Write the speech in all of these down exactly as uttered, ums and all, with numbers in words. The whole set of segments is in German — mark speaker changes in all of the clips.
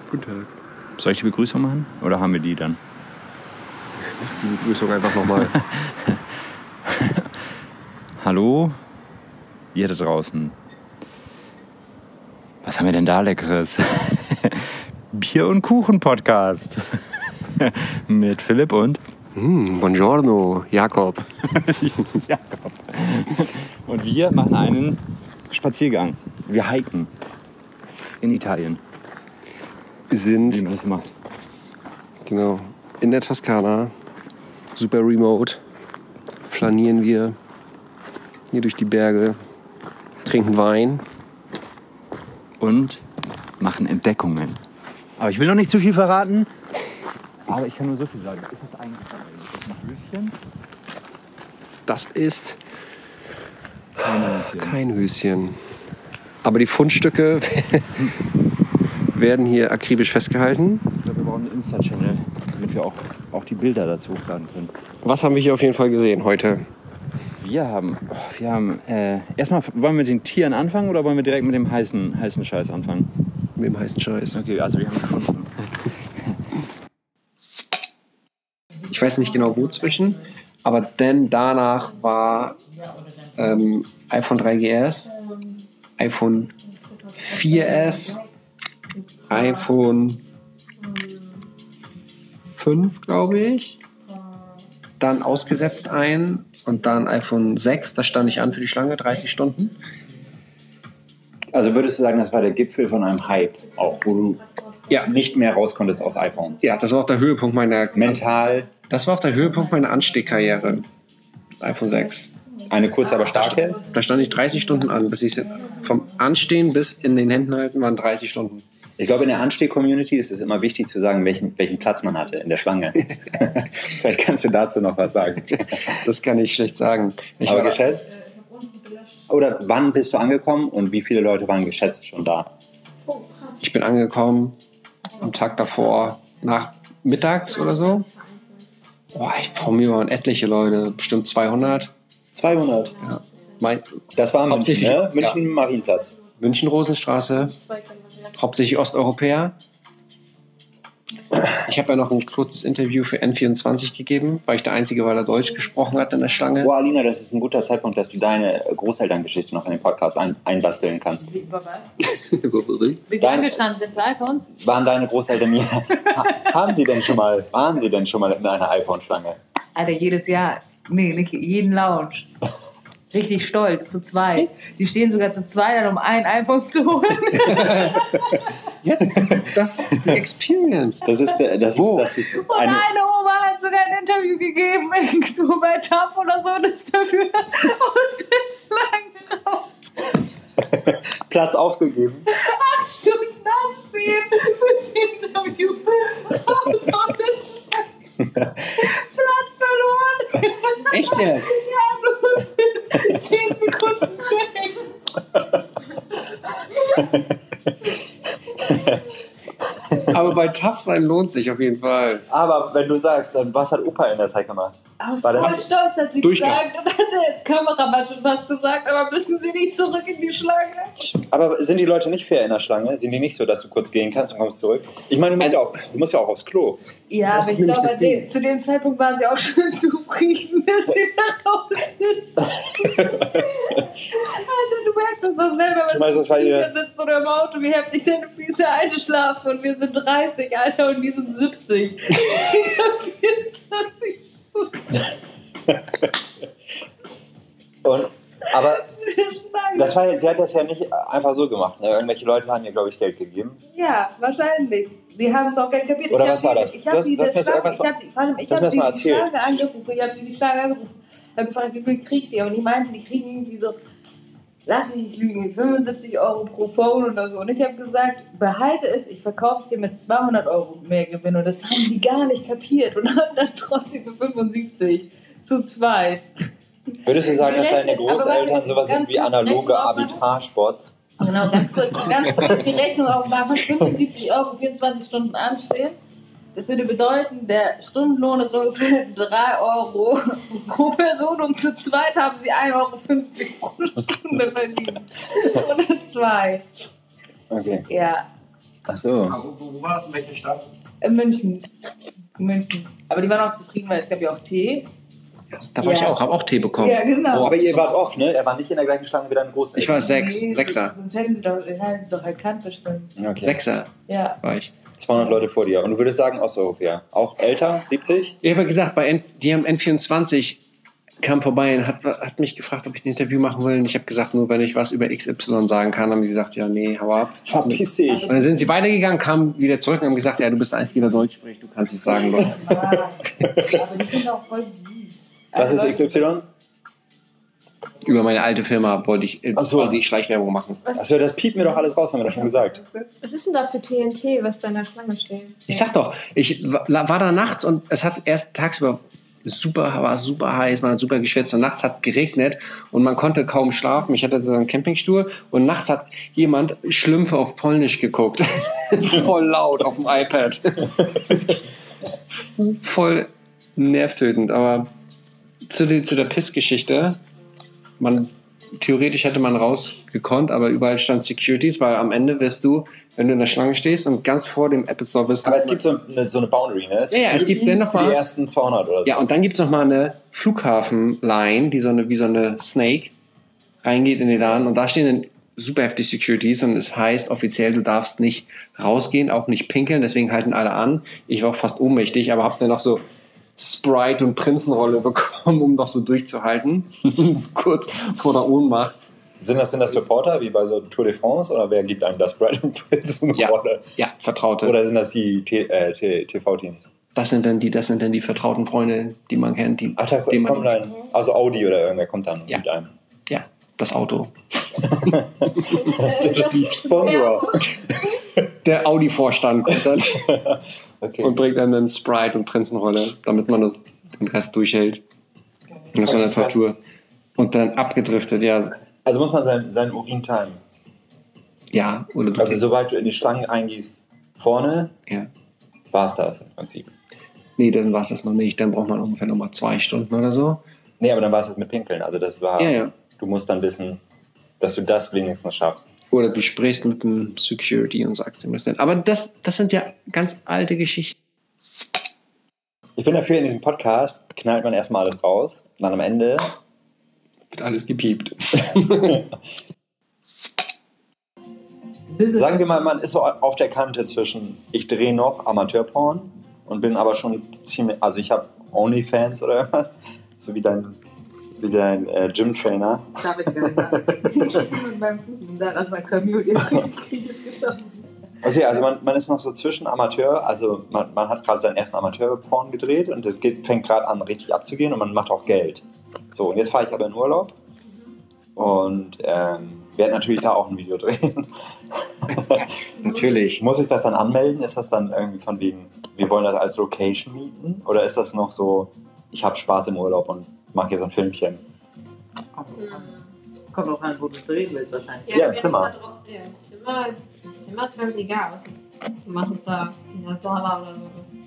Speaker 1: Guten Tag.
Speaker 2: Soll ich die Begrüßung machen? Oder haben wir die dann?
Speaker 1: Mach die Begrüßung einfach nochmal.
Speaker 2: Hallo, ihr da draußen. Was haben wir denn da Leckeres? Bier- und Kuchen-Podcast. Mit Philipp und...
Speaker 1: Mm, buongiorno, Jakob.
Speaker 2: Jakob. Und wir machen einen Spaziergang. Wir hiken in Italien.
Speaker 1: Wir sind,
Speaker 2: wie man das macht.
Speaker 1: Genau, in der Toskana, super remote, flanieren wir hier durch die Berge, trinken Wein.
Speaker 2: Und machen Entdeckungen. Aber ich will noch nicht zu viel verraten. Aber ich kann nur so viel sagen. Ist das eigentlich ist das ein Höschen?
Speaker 1: Das ist
Speaker 2: Kein Höschen.
Speaker 1: kein Höschen. Aber die Fundstücke werden hier akribisch festgehalten.
Speaker 2: Ich glaube, wir brauchen einen Insta-Channel, damit wir auch, auch die Bilder dazu hochladen können.
Speaker 1: Was haben wir hier auf jeden Fall gesehen heute?
Speaker 2: Wir haben, wir haben äh, erstmal, wollen wir mit den Tieren anfangen oder wollen wir direkt mit dem heißen, heißen Scheiß anfangen?
Speaker 1: Mit dem heißen Scheiß.
Speaker 2: Okay, also wir haben gefunden.
Speaker 1: Ich weiß nicht genau wo zwischen, aber denn danach war ähm, iPhone drei G S, iPhone vier S, iPhone fünf, glaube ich, dann ausgesetzt ein und dann iPhone sechs, da stand ich an für die Schlange, dreißig Stunden.
Speaker 3: Also würdest du sagen, das war der Gipfel von einem Hype, auch wo du
Speaker 1: Ja.
Speaker 3: nicht mehr raus konntest aus iPhone?
Speaker 1: Ja, das war auch der Höhepunkt meiner
Speaker 3: Mental
Speaker 1: Das war auch der Höhepunkt meiner Anstehkarriere. iPhone sechs.
Speaker 3: eine kurze, aber starke.
Speaker 1: Da stand ich dreißig Stunden an, bis ich vom Anstehen bis in den Händen halten waren dreißig Stunden.
Speaker 3: Ich glaube, in der Ansteh-Community ist es immer wichtig zu sagen, welchen, welchen Platz man hatte in der Schlange. Vielleicht kannst du dazu noch was sagen.
Speaker 1: Das kann ich schlecht sagen. Ich
Speaker 3: aber
Speaker 1: war,
Speaker 3: geschätzt? Oder wann bist du angekommen und wie viele Leute waren geschätzt schon da?
Speaker 1: ich bin angekommen am Tag davor, nach mittags oder so. Boah, ich, vor mir waren etliche Leute, bestimmt zweihundert.
Speaker 3: zweihundert.
Speaker 1: Ja. Mein,
Speaker 3: Das war München,
Speaker 1: Hauptsächlich-
Speaker 3: ne? München Marienplatz.
Speaker 1: München Rosenstraße, hauptsächlich Osteuropäer. Ich habe ja noch ein kurzes Interview für N vierundzwanzig gegeben, weil ich der Einzige war, der Deutsch gesprochen hat in der Schlange.
Speaker 3: Boah, Alina, das ist ein guter Zeitpunkt, dass du deine Großelterngeschichte noch in den Podcast ein, einbasteln kannst.
Speaker 4: Wie sie
Speaker 3: Dein-
Speaker 4: angestanden sind für iPhones?
Speaker 3: Waren deine Großeltern hier? Ha- haben sie denn schon mal, waren sie denn schon mal in einer iPhone-Schlange?
Speaker 4: Alter, jedes Jahr. Nee, nicht jeden Lounge. Richtig stolz, zu zweit. Die stehen sogar zu zweit an, um ein iPhone zu holen.
Speaker 1: Ja, das ist die Experience.
Speaker 3: Das ist, der- das,
Speaker 1: Wo?
Speaker 3: das ist
Speaker 4: Und
Speaker 3: eine,
Speaker 4: eine Oma hat sogar ein Interview gegeben, irgendwo bei T A F oder so, und ist dafür aus den Schlangen raus.
Speaker 3: Platz aufgegeben.
Speaker 4: Acht Stunden anstehen fürs Interview. Aus den Schlangen. Platz verloren.
Speaker 1: Echt jetzt?
Speaker 4: Ja, nur zehn Sekunden weg.
Speaker 1: Aber bei tough sein lohnt sich auf jeden Fall.
Speaker 3: Aber wenn du sagst, dann was hat Opa in der Zeit gemacht? War der
Speaker 4: Voll
Speaker 3: nicht-
Speaker 4: stolz hat sie
Speaker 1: Durchgang.
Speaker 4: gesagt und hat der Kameramann schon was gesagt, aber müssen Sie nicht zurück in die Schlange?
Speaker 3: Aber sind die Leute nicht fair in der Schlange? Sind die nicht so, dass du kurz gehen kannst und kommst zurück? Ich meine, du musst, ja, auch, du musst ja auch aufs Klo.
Speaker 4: Ja,
Speaker 1: Das
Speaker 4: aber
Speaker 1: ist
Speaker 4: ich
Speaker 1: nämlich
Speaker 4: glaube,
Speaker 1: das Ding.
Speaker 4: de- zu dem Zeitpunkt war sie auch schon zufrieden, dass sie da raus ist. Alter, du merkst es doch selber,
Speaker 3: Ich
Speaker 4: wenn
Speaker 3: weiß,
Speaker 4: du
Speaker 3: das war
Speaker 4: im
Speaker 3: ihr-
Speaker 4: Flieger sitzt oder im Auto, wie heftig deine Füße einschlafen und wir sind dreißig, Alter, und die sind siebzig. vierundzwanzig
Speaker 3: Und, aber
Speaker 4: Schlange.
Speaker 3: das war, sie hat das ja nicht einfach so gemacht. Ne? Irgendwelche Leute haben ihr, glaube ich, Geld gegeben.
Speaker 4: Ja, wahrscheinlich. Sie haben es auch gern kapiert.
Speaker 3: Oder
Speaker 4: Ich
Speaker 3: was
Speaker 4: hab
Speaker 3: war
Speaker 4: die-
Speaker 3: das?
Speaker 4: Ich
Speaker 3: Du
Speaker 4: habe
Speaker 3: hast-
Speaker 4: die,
Speaker 3: du hast mir das
Speaker 4: Schlange-
Speaker 3: irgendwas
Speaker 4: ich hab die, vor allem, ich
Speaker 3: du hast
Speaker 4: hab
Speaker 3: mir das
Speaker 4: die,
Speaker 3: mal
Speaker 4: die
Speaker 3: erzählt.
Speaker 4: Schlange angerufen. Ich habe die, die Schlange angerufen. Ich habe gefragt, wie viel kriegt ihr? Und die meinten, die kriegen irgendwie so, lass mich nicht lügen, fünfundsiebzig Euro pro Phone oder so. Und ich habe gesagt, behalte es, ich verkaufe es dir mit zweihundert Euro mehr Gewinn. Und das haben die gar nicht kapiert und haben dann trotzdem für fünfundsiebzig zu zweit.
Speaker 3: Würdest du sagen, dass deine
Speaker 4: Gerechnet, aber
Speaker 3: Großeltern
Speaker 4: warte,
Speaker 3: sowas sind
Speaker 4: ganz
Speaker 3: wie
Speaker 4: kurz
Speaker 3: analoge
Speaker 4: Rechnung aufmachen.
Speaker 3: Arbitrage-Spots?
Speaker 4: Genau, ganz kurz, ganz kurz die Rechnung aufmachen. fünfundsiebzig Euro, vierundzwanzig Stunden anstehen. Das würde bedeuten, der Stundenlohn ist ungefähr drei Euro pro Person und zu zweit haben sie ein Euro fünfzig pro Stunde verdient. Oder zwei.
Speaker 3: Okay.
Speaker 4: Ja.
Speaker 3: Ach so.
Speaker 1: Wo, wo war das? In welcher Stadt?
Speaker 4: In München. In München. Aber die waren auch zufrieden, weil es gab ja auch Tee.
Speaker 1: Da war
Speaker 4: Ja.
Speaker 1: ich auch, habe auch Tee bekommen.
Speaker 4: Ja, genau.
Speaker 3: Aber ihr wart oft, ne? Er war nicht in der gleichen Schlange wie dein Großeltern.
Speaker 1: Ich war sechs,
Speaker 4: Nee,
Speaker 1: Sechser.
Speaker 4: Sonst hätten sie doch, hätten sie doch erkannt bestimmt.
Speaker 3: Okay.
Speaker 1: Sechser
Speaker 4: Ja.
Speaker 1: war ich.
Speaker 3: zweihundert Leute vor dir. Und du würdest sagen Osteuropäer. Auch älter, siebzig?
Speaker 1: Ich habe ja gesagt, bei N, die haben N vierundzwanzig kam vorbei und hat, hat mich gefragt, ob ich ein Interview machen will. Und ich habe gesagt, nur wenn ich was über X Y sagen kann, haben sie gesagt, ja, nee, hau ab.
Speaker 3: Verpiss dich.
Speaker 1: Und dann sind sie weitergegangen, kamen wieder zurück und haben gesagt, ja, du bist der Einzige, der Deutsch spricht, du kannst es sagen, los.
Speaker 4: Ah, aber die sind auch voll süß.
Speaker 3: Was ist
Speaker 4: Also
Speaker 3: X Y?
Speaker 1: Über meine alte Firma wollte ich äh,
Speaker 3: Ach so.
Speaker 1: quasi Schleichwerbung machen.
Speaker 3: Achso, das piept mir doch alles raus, haben wir doch schon gesagt.
Speaker 5: Was ist denn da für T N T, was da in der Schlange steht?
Speaker 1: Ich sag doch, ich war war da nachts und es hat erst tagsüber super, war super heiß, man hat super geschwitzt und nachts hat geregnet und man konnte kaum schlafen. Ich hatte so einen Campingstuhl und nachts hat jemand Schlümpfe auf Polnisch geguckt. Voll laut auf dem iPad. Voll nervtötend, aber zu, die, zu der Pissgeschichte, man theoretisch hätte man rausgekonnt, aber überall stand Securities, weil am Ende wirst du, wenn du in der Schlange stehst und ganz vor dem Apple Store bist.
Speaker 3: Aber es gibt so eine, so eine Boundary, ne?
Speaker 1: Ja, ja, es gibt dann noch
Speaker 3: für
Speaker 1: mal-
Speaker 3: die ersten zweihundert oder so.
Speaker 1: Ja, und dann gibt es nochmal eine Flughafen-Line, die so eine, wie so eine Snake reingeht in den Laden und da stehen dann super heftig Securities und es heißt offiziell, du darfst nicht rausgehen, auch nicht pinkeln, deswegen halten alle an. Ich war auch fast ohnmächtig, aber hab dann noch so Sprite und Prinzenrolle bekommen, um noch so durchzuhalten. Kurz vor der Ohnmacht.
Speaker 3: Sind das, sind das Supporter, wie bei so Tour de France, oder wer gibt einem das Brad und Prinzenrolle?
Speaker 1: Ja, Vertraute.
Speaker 3: Oder sind das die T- äh, T- T V-Teams?
Speaker 1: Das sind dann die, das sind dann die vertrauten Freunde, die man kennt, die,
Speaker 3: Ach, da
Speaker 1: die man,
Speaker 3: kommt ein, also Audi oder irgendwer kommt dann
Speaker 1: Ja.
Speaker 3: mit einem.
Speaker 1: ja, das Auto.
Speaker 3: Die Sponsor.
Speaker 1: Der Audi-Vorstand kommt dann
Speaker 3: Okay.
Speaker 1: und bringt einem dann Sprite und Prinzenrolle, damit man das, den Rest durchhält. Nach so einer Tortur. Und dann abgedriftet, ja.
Speaker 3: Also muss man seinen, seinen Urin timen.
Speaker 1: Ja, oder du
Speaker 3: Also sobald du in die Schlangen reingehst, vorne,
Speaker 1: ja.
Speaker 3: war es das im Prinzip.
Speaker 1: Nee, dann war es das noch nicht. Dann braucht man ungefähr nochmal zwei Stunden oder so.
Speaker 3: Nee, aber dann war es das mit Pinkeln. Also das war,
Speaker 1: Ja, ja.
Speaker 3: du musst dann wissen, dass du das wenigstens schaffst.
Speaker 1: Oder du sprichst mit dem Security und sagst ihm das dann. Aber das, das sind ja ganz alte Geschichten.
Speaker 3: Ich bin dafür, in diesem Podcast knallt man erstmal alles raus und dann am Ende
Speaker 1: Wird alles gepiept.
Speaker 3: sagen wir mal, man ist so auf der Kante zwischen, ich drehe noch Amateurporn und bin aber schon ziemlich, also ich habe Onlyfans oder irgendwas, so wie dein, wie dein äh, Gym-Trainer.
Speaker 4: Darf ich gar nicht sagen. Ich bin mit meinem Fuß und dann aus meinem Commute geschaffen.
Speaker 3: Okay, also man, man ist noch so zwischen Amateur, also man, man hat gerade seinen ersten Amateur-Porn gedreht und es geht, fängt gerade an, richtig abzugehen und man macht auch Geld. So, und jetzt fahre ich aber in Urlaub und ähm, werde natürlich da auch ein Video drehen.
Speaker 1: Natürlich.
Speaker 3: Muss ich das dann anmelden? Ist das dann irgendwie von wegen, wir wollen das als Location mieten? Oder ist das noch so, ich habe Spaß im Urlaub und mache hier so ein Filmchen?
Speaker 4: Kommt auch an, wo du drehen willst wahrscheinlich.
Speaker 3: Ja, im Zimmer.
Speaker 5: Da drauf- Ja, im Zimmer. Zimmer ist völlig egal. Was du machst es da in der Sala oder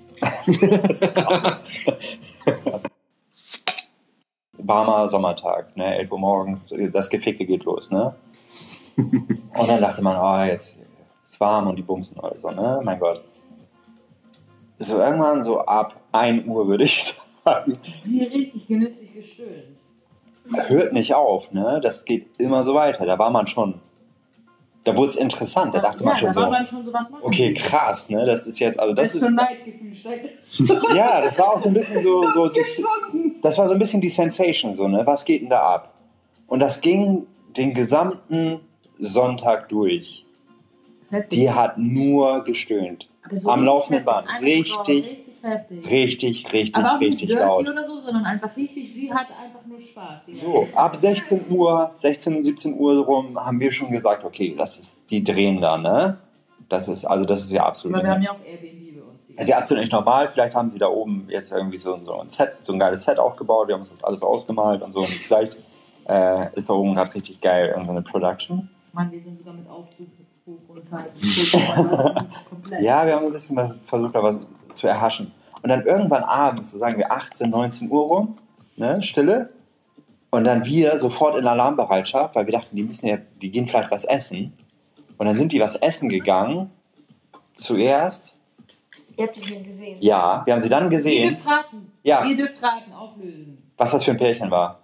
Speaker 5: so.
Speaker 3: Warmer Sommertag, ne? elf Uhr morgens, das Geficke geht los, ne? Und dann dachte man, oh, jetzt ist warm und die bumsen oder so, ne? Mein Gott. So irgendwann so ab ein Uhr, würde ich sagen.
Speaker 4: Sie richtig genüsslich gestöhnt.
Speaker 3: Hört nicht auf, ne? Das geht immer so weiter. Da war man schon, da wurde es interessant. Da dachte
Speaker 4: ja,
Speaker 3: man schon
Speaker 4: da
Speaker 3: so,
Speaker 4: war man schon sowas machen.
Speaker 3: okay, krass, ne? Das ist jetzt, also
Speaker 4: Das
Speaker 3: das
Speaker 4: ist
Speaker 3: ist,
Speaker 4: schon Neidgefühl steckt.
Speaker 3: ja, das war auch so ein bisschen so, so das, das war so ein bisschen die Sensation, so, ne? Was geht denn da ab? Und das ging den gesamten Sonntag durch. Die hat nur gestöhnt.
Speaker 4: So
Speaker 3: am
Speaker 4: richtig
Speaker 3: laufenden
Speaker 4: heftig.
Speaker 3: Band.
Speaker 4: Einfach
Speaker 3: Richtig,
Speaker 4: richtig heftig.
Speaker 3: richtig, richtig,
Speaker 4: Aber auch nicht
Speaker 3: richtig
Speaker 4: dirty
Speaker 3: laut.
Speaker 4: oder so, sondern einfach richtig, sie hatte einfach nur Spaß. Die
Speaker 3: So, ab sechzehn Uhr, sechzehn, siebzehn Uhr rum haben wir schon gesagt, okay, das ist, die drehen da, ne? Das ist, also das ist ja absolut,
Speaker 4: Aber wir haben
Speaker 3: nicht-
Speaker 4: ja auch Airbnb bei uns hier.
Speaker 3: das ist ja absolut nicht normal. Vielleicht haben sie da oben jetzt irgendwie so, so ein Set, so ein geiles Set aufgebaut, wir haben uns das alles ausgemalt und so. Und vielleicht äh, ist da oben gerade richtig geil, irgendeine Production.
Speaker 4: Mann, wir sind sogar mit Aufzug hoch und halt. Komplett.
Speaker 3: Ja, wir haben ein bisschen was, versucht, da was zu erhaschen. Und dann irgendwann abends, so sagen wir achtzehn, neunzehn Uhr rum, ne, Stille. Und dann wir sofort in Alarmbereitschaft, weil wir dachten, die müssen ja, die gehen vielleicht was essen. Und dann sind die was essen gegangen. zuerst,
Speaker 5: Ihr habt die schon gesehen.
Speaker 3: ja, wir haben sie dann
Speaker 4: Ihr
Speaker 3: gesehen,
Speaker 4: dürft raten.
Speaker 3: Ja.
Speaker 4: Ihr dürft raten, auflösen.
Speaker 3: was das für ein Pärchen war.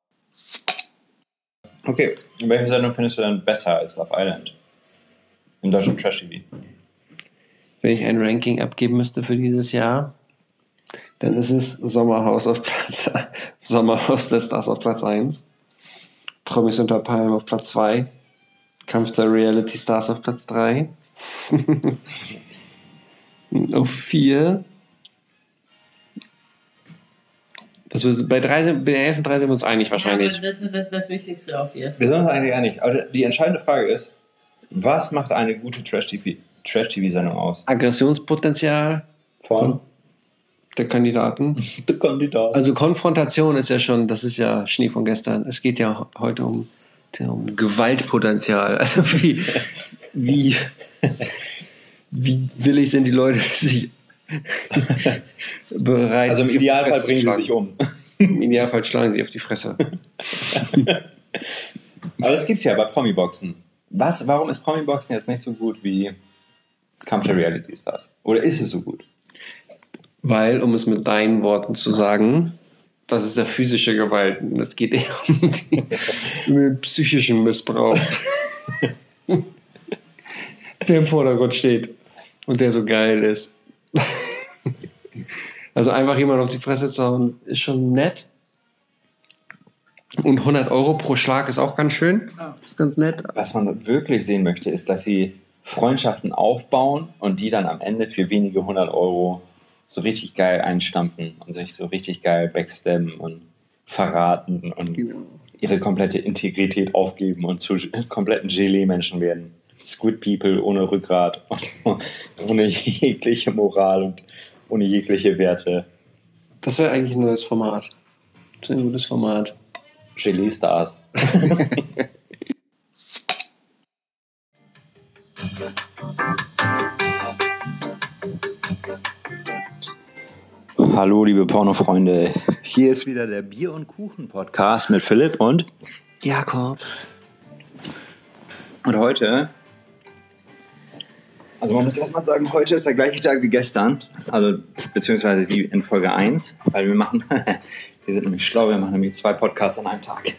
Speaker 3: Okay, und welche Sendung findest du dann besser als Love Island? Im deutschen Trash-T V.
Speaker 1: Wenn ich ein Ranking abgeben müsste für dieses Jahr, dann ist es Sommerhaus auf Platz Sommerhaus der Stars auf Platz eins, Promis unter Palmen auf Platz zwei, Kampf der Reality Stars auf Platz drei, auf vier. Das wir, bei, drei, sind- bei den ersten drei sind wir uns einig wahrscheinlich.
Speaker 4: Ja, aber das ist das, das Wichtigste auf ihr.
Speaker 3: Wir sind uns eigentlich einig. Aber die entscheidende Frage ist, was macht eine gute Trash-T V Trash-T V-Sendung aus?
Speaker 1: Aggressionspotenzial
Speaker 3: Von
Speaker 1: der Kandidaten.
Speaker 3: der Kandidat.
Speaker 1: Also Konfrontation ist ja schon, das ist ja Schnee von gestern. Es geht ja heute um, um Gewaltpotenzial. Also wie, wie, wie willig sind die Leute sich bereit.
Speaker 3: Also im
Speaker 1: sich auf die
Speaker 3: Idealfall
Speaker 1: Fresse
Speaker 3: bringen
Speaker 1: zu
Speaker 3: sie
Speaker 1: schlagen.
Speaker 3: sich um.
Speaker 1: Im Idealfall schlagen sie sich auf die Fresse.
Speaker 3: Aber das gibt's ja bei Promi-Boxen. Was, warum ist Promi-Boxen jetzt nicht so gut wie Kampf der Reality Stars? Oder ist es so gut?
Speaker 1: Weil, um es mit deinen Worten zu sagen, das ist ja physische Gewalt. Es geht eher um, die, um den psychischen Missbrauch, der im Vordergrund steht und der so geil ist. Also einfach jemand auf die Fresse zu hauen, ist schon nett. Und hundert Euro pro Schlag ist auch ganz schön. Ist ganz nett.
Speaker 3: Was man wirklich sehen möchte, ist, dass sie Freundschaften aufbauen und die dann am Ende für wenige hundert Euro so richtig geil einstampfen und sich so richtig geil backstabben und verraten und ihre komplette Integrität aufgeben und zu kompletten Gelee-Menschen werden. Squid People ohne Rückgrat und ohne jegliche Moral und ohne jegliche Werte.
Speaker 1: Das wäre eigentlich ein neues Format. Das ist ein gutes Format.
Speaker 3: Gelee-Stars. Hallo, liebe Pornofreunde. Hier ist wieder der Bier- und Kuchen-Podcast mit Philipp und
Speaker 1: Jakob.
Speaker 3: Und heute, also man muss erstmal sagen, heute ist der gleiche Tag wie gestern, also beziehungsweise wie in Folge eins, weil wir machen, wir sind nämlich schlau, wir machen nämlich zwei Podcasts an einem Tag.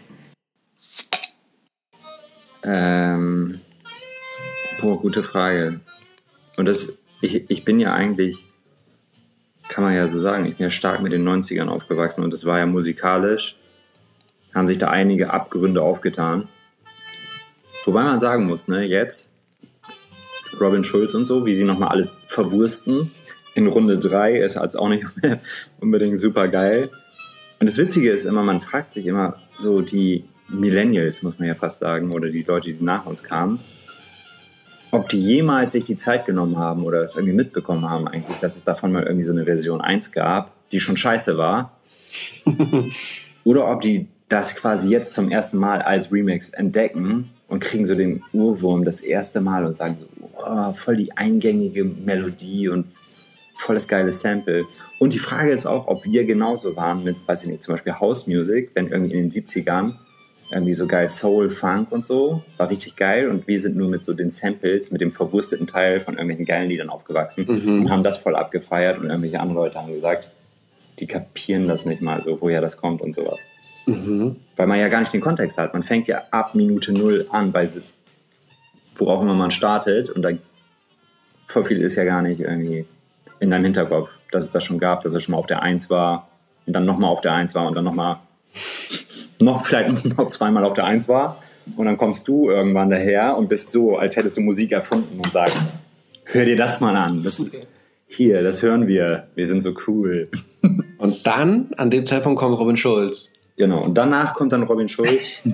Speaker 3: Ähm, oh, gute Frage. Und das, ich, ich bin ja eigentlich, kann man ja so sagen, ich bin ja stark mit den neunzigern aufgewachsen und das war ja musikalisch, haben sich da einige Abgründe aufgetan. Wobei man sagen muss, ne, jetzt Robin Schulz und so, wie sie nochmal alles verwursten in Runde drei, ist als auch nicht mehr unbedingt super geil. Und das Witzige ist immer, man fragt sich immer so die Millennials, muss man ja fast sagen, oder die Leute, die nach uns kamen, ob die jemals sich die Zeit genommen haben oder es irgendwie mitbekommen haben eigentlich, dass es davon mal irgendwie so eine Version eins gab, die schon scheiße war. Oder ob die das quasi jetzt zum ersten Mal als Remix entdecken und kriegen so den Urwurm das erste Mal und sagen so, oh, voll die eingängige Melodie und voll das geile Sample. Und die Frage ist auch, ob wir genauso waren mit, weiß ich nicht, zum Beispiel House Music, wenn irgendwie in den siebzigern irgendwie so geil Soul, Funk und so, war richtig geil und wir sind nur mit so den Samples, mit dem verwursteten Teil von irgendwelchen geilen Liedern aufgewachsen
Speaker 1: Mhm.
Speaker 3: und haben das voll abgefeiert und irgendwelche anderen Leute haben gesagt, die kapieren das nicht mal so, woher das kommt und sowas.
Speaker 1: Mhm.
Speaker 3: Weil man ja gar nicht den Kontext hat. Man fängt ja ab Minute null an, bei worauf immer man startet und da voll viel ist ja gar nicht irgendwie in deinem Hinterkopf, dass es das schon gab, dass es schon mal auf der eins war und dann nochmal auf der eins war und dann nochmal noch vielleicht noch zweimal auf der eins war und dann kommst du irgendwann daher und bist so, als hättest du Musik erfunden und sagst, hör dir das mal an, das ist hier, das hören wir, wir sind so cool.
Speaker 1: Und dann, an dem Zeitpunkt kommt Robin Schulz.
Speaker 3: Genau, und danach kommt dann Robin Schulz.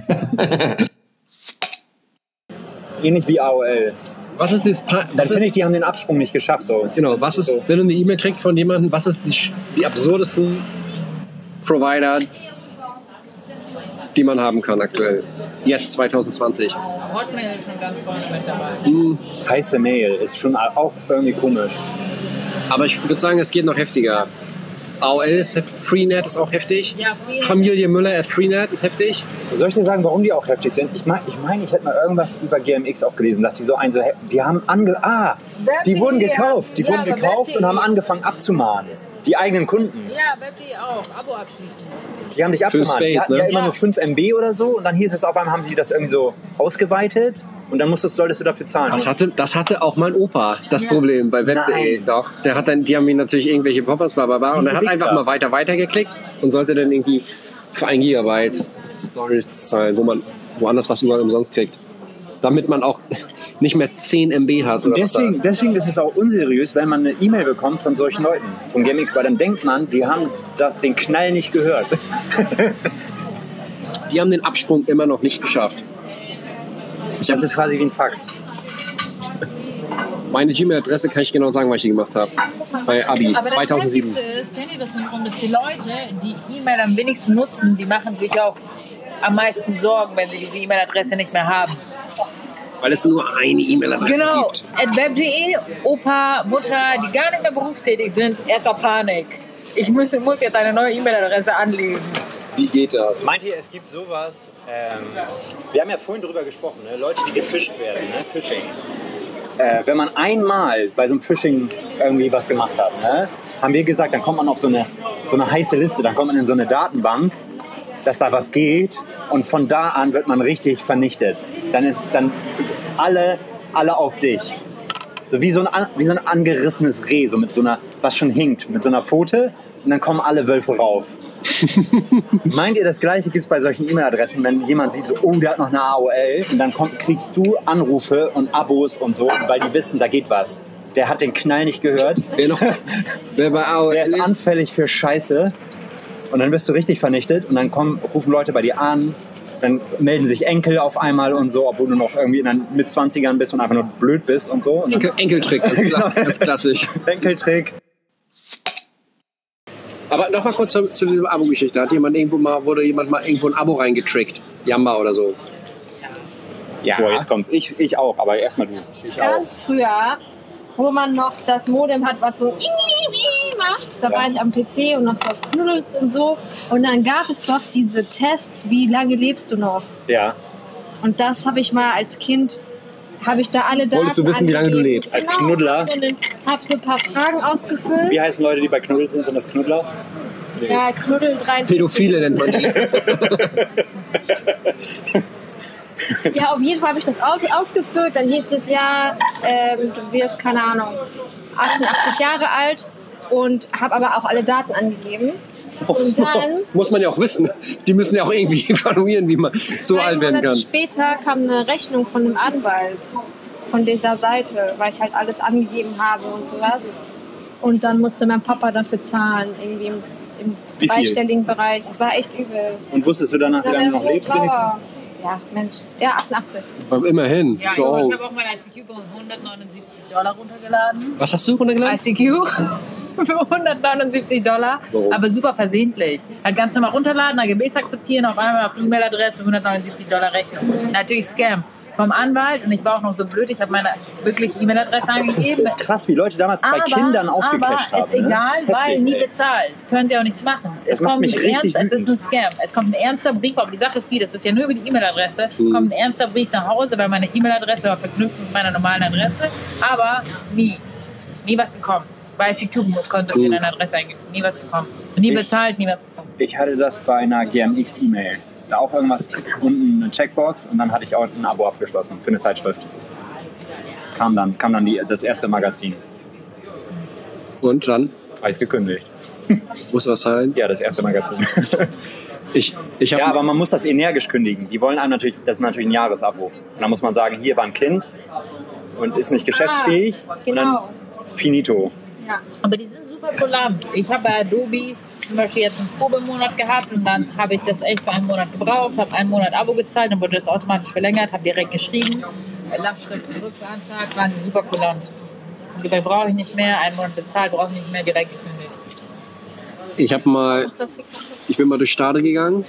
Speaker 3: Ähnlich wie A O L.
Speaker 1: Was ist das? Pa-
Speaker 3: Dann
Speaker 1: was
Speaker 3: finde
Speaker 1: ist,
Speaker 3: ich, die haben den Absprung nicht geschafft. So.
Speaker 1: genau, was ist,
Speaker 3: So.
Speaker 1: wenn du eine E-Mail kriegst von jemandem, was ist die, sch- die absurdesten Provider, die man haben kann aktuell? Jetzt, zwanzig zwanzig.
Speaker 4: Hotmail ist schon ganz vorne mit dabei.
Speaker 1: Hm,
Speaker 3: Heiße Mail ist schon auch irgendwie komisch.
Speaker 1: aber ich würde sagen, es geht noch heftiger. A O L ist heftig. Freenet ist auch heftig.
Speaker 4: Ja, Freenet.
Speaker 1: Familie Müller at Freenet ist heftig.
Speaker 2: Soll ich dir sagen, warum die auch heftig sind? Ich meine, ich, mein, ich hätte mal irgendwas über G M X auch gelesen, dass die so ein so he- die haben ange ah, die
Speaker 4: Web.de
Speaker 2: wurden gekauft, die
Speaker 4: ja,
Speaker 2: wurden
Speaker 4: aber
Speaker 2: gekauft
Speaker 4: Web.de
Speaker 2: und haben angefangen abzumahnen. Die eigenen Kunden.
Speaker 4: Ja, Web.de auch. Abo abschließen.
Speaker 2: Die haben dich abgemahnt.
Speaker 1: Space,
Speaker 2: die hatten
Speaker 1: ne?
Speaker 2: ja immer
Speaker 4: Ja.
Speaker 2: nur fünf Megabyte oder so und dann hieß es auf einmal, haben sie das irgendwie so ausgeweitet und dann musstest, solltest du dafür zahlen.
Speaker 1: Das hatte, das hatte auch mein Opa, das
Speaker 4: Ja.
Speaker 1: Problem bei Web.de.
Speaker 2: Nein.
Speaker 1: Doch, der hat dann, die haben ihm natürlich irgendwelche Pop-ups, bla bla bla, und
Speaker 2: Diese
Speaker 1: er hat einfach
Speaker 2: Wichser.
Speaker 1: mal weiter, weiter geklickt und sollte dann irgendwie für ein Gigabyte Storage zahlen, wo man woanders was überall umsonst kriegt. Damit man auch nicht mehr zehn Megabyte hat.
Speaker 2: Und
Speaker 1: Oder was
Speaker 2: deswegen, deswegen ist es auch unseriös, wenn man eine E-Mail bekommt von solchen Leuten, von G M X, weil dann denkt man, die haben das, den Knall nicht gehört.
Speaker 1: da- Die haben den Absprung immer noch nicht geschafft.
Speaker 2: Das ist quasi wie ein Fax.
Speaker 1: Meine Gmail-Adresse kann ich genau sagen, was ich die gemacht habe. Bei Abi
Speaker 4: Aber
Speaker 1: zweitausendsieben.
Speaker 4: das Heftigste ist, kennt ihr das Syndrom, dass die Leute, die E-Mail am wenigsten nutzen, die machen sich auch am meisten Sorgen, wenn sie diese E-Mail-Adresse nicht mehr haben.
Speaker 1: Weil es nur eine E-Mail-Adresse
Speaker 4: Genau,
Speaker 1: gibt.
Speaker 4: at web.de, Opa, Mutter, die gar nicht mehr berufstätig sind, erstmal Panik. Ich muss, muss jetzt eine neue E-Mail-Adresse anlegen.
Speaker 1: Wie geht das?
Speaker 2: Meint ihr, es gibt sowas? Ähm, wir haben ja vorhin drüber gesprochen, ne? Leute, die gefischt werden, ne? Phishing. Äh, wenn man einmal bei so einem Phishing irgendwie was gemacht hat, ne? Haben wir gesagt, dann kommt man auf so eine, so eine heiße Liste, dann kommt man in so eine Datenbank, dass da was geht und von da an wird man richtig vernichtet. Dann ist, dann ist alle, alle auf dich. So wie so, ein, an- wie so ein angerissenes Reh, so mit so einer, was schon hinkt, mit so einer Pfote und dann kommen alle Wölfe rauf. Meint ihr, das Gleiche gibt es bei solchen E-Mail-Adressen, wenn jemand sieht, so, oh, der hat noch eine A O L und dann kommt, kriegst du Anrufe und Abos und so, weil die wissen, da geht was. Der hat den Knall nicht gehört,
Speaker 1: Wer, noch, wer bei A O L
Speaker 2: der ist
Speaker 1: ist,
Speaker 2: anfällig für Scheiße und dann wirst du richtig vernichtet und dann kommen, rufen Leute bei dir an, dann melden sich Enkel auf einmal und so, obwohl du noch irgendwie in den Mitzwanzigern bist und einfach nur blöd bist und so. Und
Speaker 1: Enkel, Enkeltrick, ganz, kla ganz klassisch.
Speaker 2: Enkeltrick.
Speaker 1: Aber nochmal kurz zu, zu dieser Abo-Geschichte. Hat jemand irgendwo mal, wurde jemand mal irgendwo ein Abo reingetrickt? Jamba oder so.
Speaker 2: Ja. Boah, jetzt kommt's. Ich, ich auch, aber erstmal du. Ich auch.
Speaker 5: Ganz früher, wo man noch das Modem hat, was so macht. Da
Speaker 2: Ja.
Speaker 5: war ich am P C und noch so auf Knuddels und so. Und dann gab es doch diese Tests, wie lange lebst du noch?
Speaker 2: Ja.
Speaker 5: Und das habe ich mal als Kind, habe ich da alle Daten
Speaker 1: Wolltest du wissen, wie lange du
Speaker 5: angegeben.
Speaker 1: lebst?
Speaker 2: Als
Speaker 5: Genau,
Speaker 2: Knuddler?
Speaker 5: So eine, habe so ein paar Fragen ausgefüllt.
Speaker 2: Wie heißen Leute, die bei Knuddels sind? Sind das Knuddler?
Speaker 5: Ja, Knuddel dreiundvierzig.
Speaker 1: Pädophile nennt man die.
Speaker 5: Ja, auf jeden Fall habe ich das aus, ausgefüllt. Dann hieß es ja, ähm, du wirst, keine Ahnung, achtundachtzig Jahre alt und habe aber auch alle Daten angegeben. Und dann,
Speaker 1: Muss man ja auch wissen. Die müssen ja auch irgendwie evaluieren, wie man so
Speaker 5: zwei
Speaker 1: alt werden
Speaker 5: Monate
Speaker 1: kann.
Speaker 5: später kam eine Rechnung von einem Anwalt von dieser Seite, weil ich halt alles angegeben habe und sowas. Und dann musste mein Papa dafür zahlen, irgendwie im, im
Speaker 2: Wie viel?
Speaker 5: dreistelligen Bereich. Das war echt übel.
Speaker 2: Und wusstest du danach, wie
Speaker 5: Da
Speaker 2: lange
Speaker 5: war
Speaker 2: du noch
Speaker 5: so
Speaker 2: lebst wenigstens?
Speaker 5: sauer. Ja, Mensch. Ja, achtundachtzig.
Speaker 1: Aber immerhin.
Speaker 4: Ja,
Speaker 1: so.
Speaker 4: ich habe auch mein I C Q für hundertneunundsiebzig Dollar runtergeladen.
Speaker 1: Was hast du runtergeladen?
Speaker 4: I C Q für hundertneunundsiebzig Dollar,
Speaker 1: Warum?
Speaker 4: aber super versehentlich. Halt ganz normal runterladen, A G Bs akzeptieren, auf einmal auf die E-Mail-Adresse hundertneunundsiebzig Dollar Rechnung. Natürlich Scam. Vom Anwalt und ich war auch noch so blöd, ich habe meine wirklich E-Mail-Adresse angegeben.
Speaker 2: Das ist krass, wie Leute damals bei
Speaker 4: Aber,
Speaker 2: Kindern
Speaker 4: aber
Speaker 2: ausgecasht haben.
Speaker 4: ist egal,
Speaker 2: ne? Das ist
Speaker 4: weil
Speaker 2: heftig,
Speaker 4: nie
Speaker 2: ey.
Speaker 4: bezahlt. Können sie auch nichts machen.
Speaker 2: Das
Speaker 4: es
Speaker 2: macht
Speaker 4: kommt
Speaker 2: mich
Speaker 4: ein
Speaker 2: richtig
Speaker 4: ernst, es ist ein
Speaker 2: wütend.
Speaker 4: Scam. Es kommt ein ernster Brief, aber die Sache ist die, das ist ja nur über die E-Mail-Adresse,
Speaker 1: Mhm.
Speaker 4: kommt ein ernster Brief nach Hause, weil meine E-Mail-Adresse war verknüpft mit meiner normalen Adresse, aber nie. Nie was gekommen. Bei I C Q konntest du
Speaker 1: Mhm.
Speaker 4: in deine Adresse eingeben. Nie was gekommen. Nie
Speaker 2: Ich-
Speaker 4: bezahlt, nie was gekommen.
Speaker 2: Ich hatte das bei einer G M X-E-Mail. Da auch irgendwas, unten eine Checkbox und dann hatte ich auch ein Abo abgeschlossen für eine Zeitschrift. Kam dann, kam dann die, das erste Magazin.
Speaker 1: Und dann
Speaker 2: Habe ich gekündigt.
Speaker 1: muss was sein.
Speaker 2: Ja, das erste Magazin.
Speaker 1: Ich, ich habe
Speaker 2: Ja, aber man muss das energisch kündigen. Die wollen einem natürlich, das ist natürlich ein Jahresabo. Und dann muss man sagen, hier war ein Kind und ist nicht geschäftsfähig. Und dann
Speaker 5: Genau.
Speaker 2: finito.
Speaker 5: Ja.
Speaker 4: Aber die sind super kulant. Ich habe bei Adobe zum Beispiel jetzt einen Probemonat gehabt und dann habe ich das echt für einen Monat gebraucht, habe einen Monat Abo gezahlt, dann wurde das automatisch verlängert, habe direkt geschrieben, äh, Lastschrift zurück beantragt, waren sie super kulant. Und dabei brauche ich nicht mehr, einen Monat bezahlt, brauche ich nicht mehr, direkt gekündigt.
Speaker 1: ich hab mal,
Speaker 5: Ach, das hier kaputt.
Speaker 1: ich bin mal durch Stade gegangen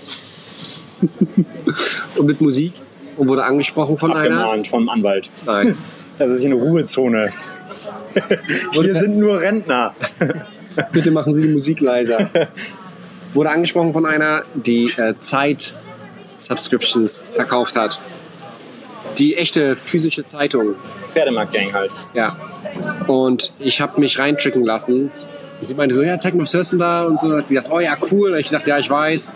Speaker 1: und mit Musik und wurde angesprochen von einer.
Speaker 2: Abgemahnt vom Anwalt.
Speaker 1: Nein.
Speaker 2: Das ist hier eine Ruhezone. Hier sind nur Rentner.
Speaker 1: Bitte machen Sie die Musik leiser. Wurde angesprochen von einer, die äh, Zeit-Subscriptions verkauft hat. Die echte physische Zeitung.
Speaker 2: Pferdemarkt-Gang halt.
Speaker 1: Ja. Und ich habe mich reintricken lassen. Und sie meinte so, ja, zeig mal, was hörst du denn da? Und so. Und hat sie gesagt, oh ja, cool. Und ich gesagt, ja, ich weiß.